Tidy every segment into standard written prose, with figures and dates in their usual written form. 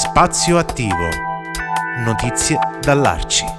Spazio attivo. Notizie dall'Arci.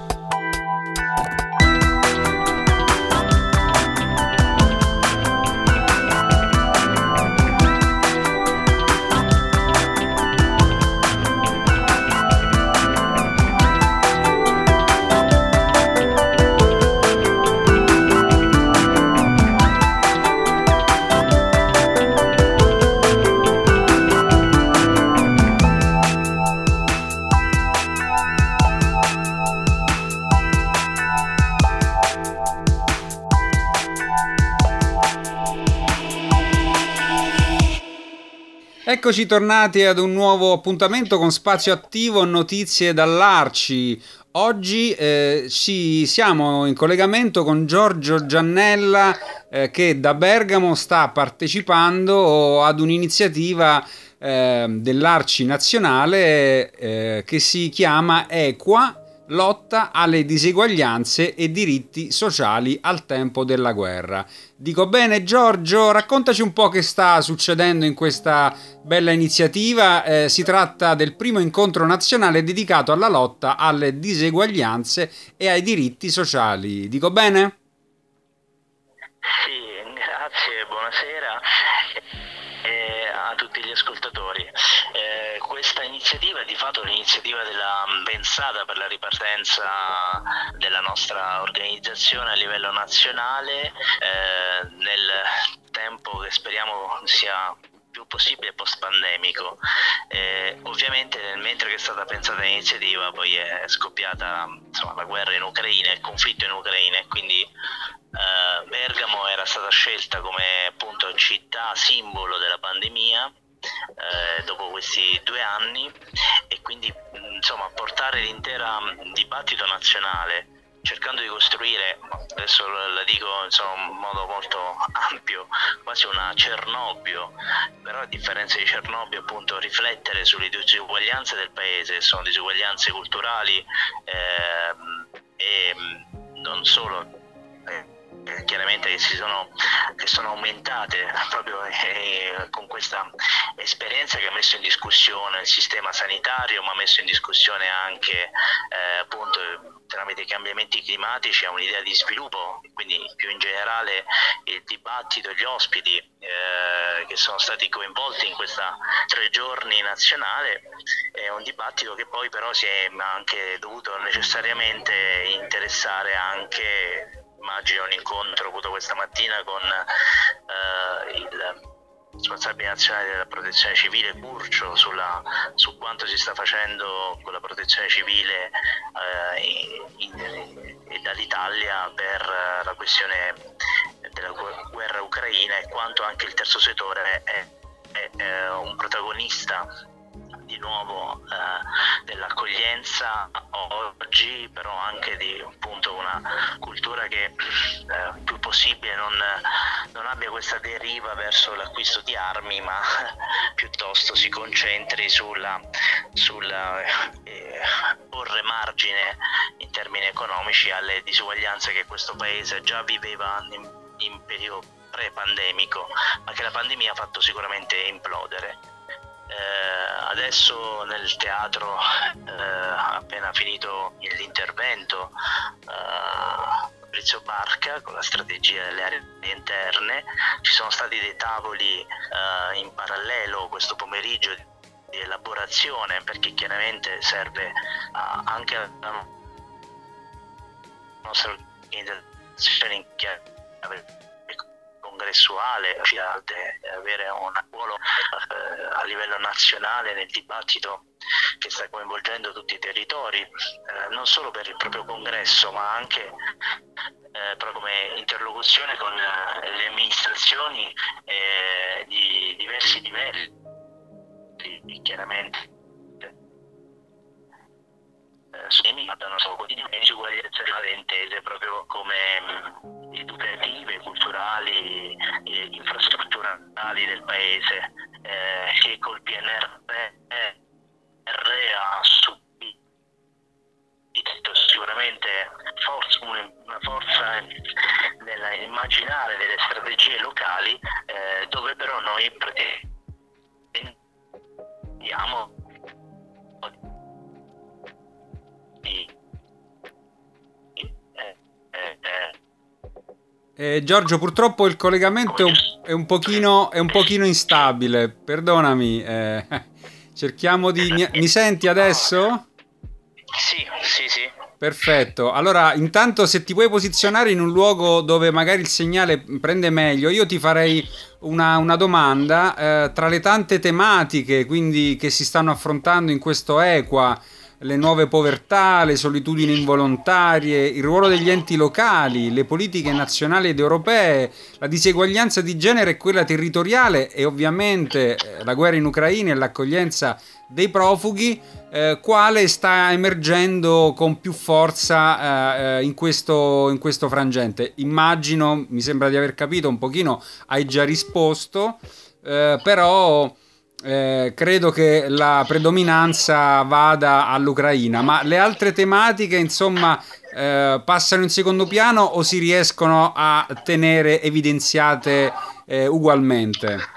Eccoci tornati ad un nuovo appuntamento con Spazio Attivo, notizie dall'Arci. Oggi siamo in collegamento con Giorgio Giannella che da Bergamo sta partecipando ad un'iniziativa dell'Arci nazionale che si chiama Equa, lotta alle diseguaglianze e diritti sociali al tempo della guerra. Dico bene, Giorgio? Raccontaci un po' che sta succedendo in questa bella iniziativa. Si tratta del primo incontro nazionale dedicato alla lotta alle diseguaglianze e ai diritti sociali. Dico bene? Sì, grazie, buonasera a tutti gli ascoltatori. Questa iniziativa è di fatto l'iniziativa pensata per la ripartenza della nostra organizzazione a livello nazionale nel tempo che speriamo sia più possibile post-pandemico. Ovviamente mentre che è stata pensata l'iniziativa poi è scoppiata la guerra in Ucraina, il conflitto in Ucraina, e quindi Bergamo era stata scelta come appunto città simbolo della pandemia dopo questi 2 anni, e quindi portare l'intero dibattito nazionale cercando di costruire, adesso la dico in modo molto ampio, quasi una Cernobbio, però a differenza di Cernobbio appunto riflettere sulle disuguaglianze del paese, che sono disuguaglianze culturali e non solo, chiaramente che sono aumentate proprio con questa esperienza che ha messo in discussione il sistema sanitario, ma ha messo in discussione anche appunto tramite i cambiamenti climatici a un'idea di sviluppo, quindi più in generale il dibattito, gli ospiti che sono stati coinvolti in questa 3 giorni nazionale, è un dibattito che poi però si è anche dovuto necessariamente interessare anche, immagino, un incontro avuto questa mattina con il responsabile nazionale della protezione civile Curcio su quanto si sta facendo con la protezione civile e dall'Italia per la questione della guerra ucraina, e quanto anche il terzo settore è un protagonista di nuovo dell'accoglienza oggi, però anche di appunto una cultura che più possibile non abbia questa deriva verso l'acquisto di armi, ma piuttosto si concentri sulla porre margine in termini economici alle disuguaglianze che questo paese già viveva in periodo pre-pandemico, ma che la pandemia ha fatto sicuramente implodere. Adesso nel teatro, appena finito l'intervento, Fabrizio Barca con la strategia delle aree interne, ci sono stati dei tavoli in parallelo questo pomeriggio di elaborazione, perché chiaramente serve anche alla nostra organizzazione in chiave congressuale avere un ruolo a livello nazionale nel dibattito che sta coinvolgendo tutti i territori, non solo per il proprio congresso, ma anche proprio come interlocuzione con le amministrazioni di diversi livelli, chiaramente. Hanno quotidiane disuguaglianze intese proprio come educative, culturali, infrastrutturali del paese, che col PNRR ha subito sicuramente una forza nell'immaginare delle strategie locali, dove però noi pretendiamo Giorgio, purtroppo il collegamento è un pochino instabile, perdonami. Cerchiamo di... Mi senti adesso? Sì. Perfetto. Allora, intanto se ti puoi posizionare in un luogo dove magari il segnale prende meglio, io ti farei una domanda. Tra le tante tematiche quindi che si stanno affrontando in questo Equa, le nuove povertà, le solitudini involontarie, il ruolo degli enti locali, le politiche nazionali ed europee, la diseguaglianza di genere e quella territoriale e ovviamente la guerra in Ucraina e l'accoglienza dei profughi, quale sta emergendo con più forza in questo frangente. Immagino, mi sembra di aver capito un pochino, hai già risposto, però credo che la predominanza vada all'Ucraina, ma le altre tematiche insomma passano in secondo piano o si riescono a tenere evidenziate ugualmente?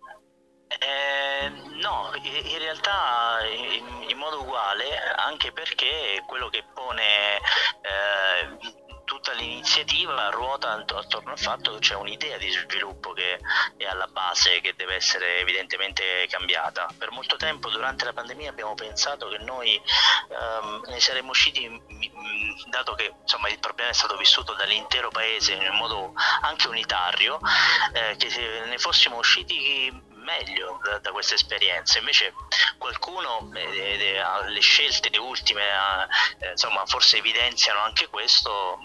No, in realtà in modo uguale, anche perché quello che pone tutta l'iniziativa ruota attorno al fatto che c'è un'idea di sviluppo che è alla base, che deve essere evidentemente cambiata. Per molto tempo durante la pandemia abbiamo pensato che noi ne saremmo usciti, dato che insomma il problema è stato vissuto dall'intero paese in modo anche unitario, che ne fossimo usciti meglio da questa esperienza. Invece qualcuno, le scelte ultime insomma forse evidenziano anche questo,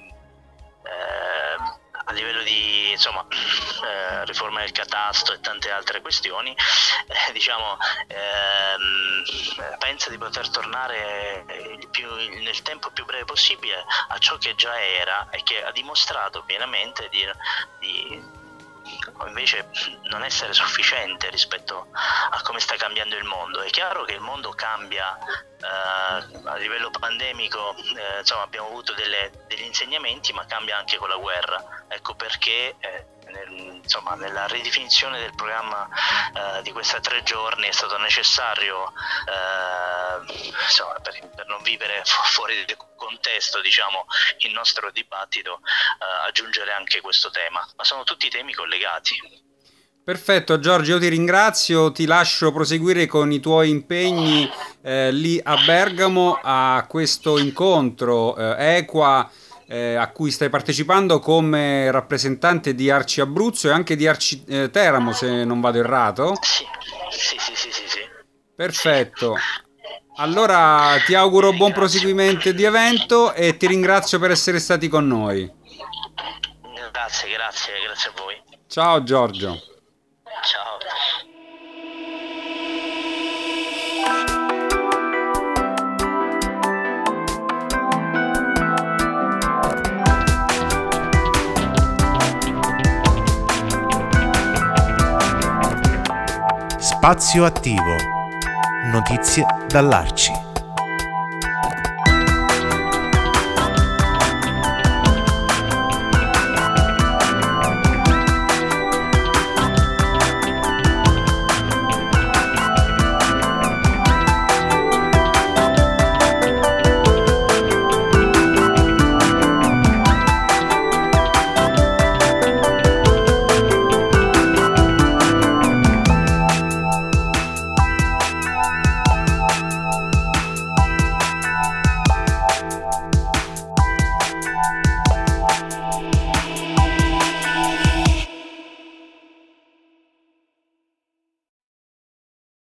a livello di insomma riforma del catasto e tante altre questioni, pensa di poter tornare nel tempo più breve possibile a ciò che già era e che ha dimostrato pienamente di invece non essere sufficiente rispetto a come sta cambiando il mondo. È chiaro che il mondo cambia a livello pandemico, insomma abbiamo avuto degli insegnamenti, ma cambia anche con la guerra. Ecco perché nella ridefinizione del programma di questi 3 giorni è stato necessario, per non vivere fuori del contesto, il nostro dibattito, aggiungere anche questo tema, ma sono tutti temi collegati. Perfetto Giorgio, io ti ringrazio, ti lascio proseguire con i tuoi impegni lì a Bergamo a questo incontro Equa a cui stai partecipando come rappresentante di Arci Abruzzo e anche di Arci Teramo, se non vado errato. Sì. Perfetto. Allora ti auguro buon proseguimento di evento e ti ringrazio per essere stati con noi. Grazie a voi. Ciao Giorgio. Ciao. Spazio attivo. Notizie dall'Arci.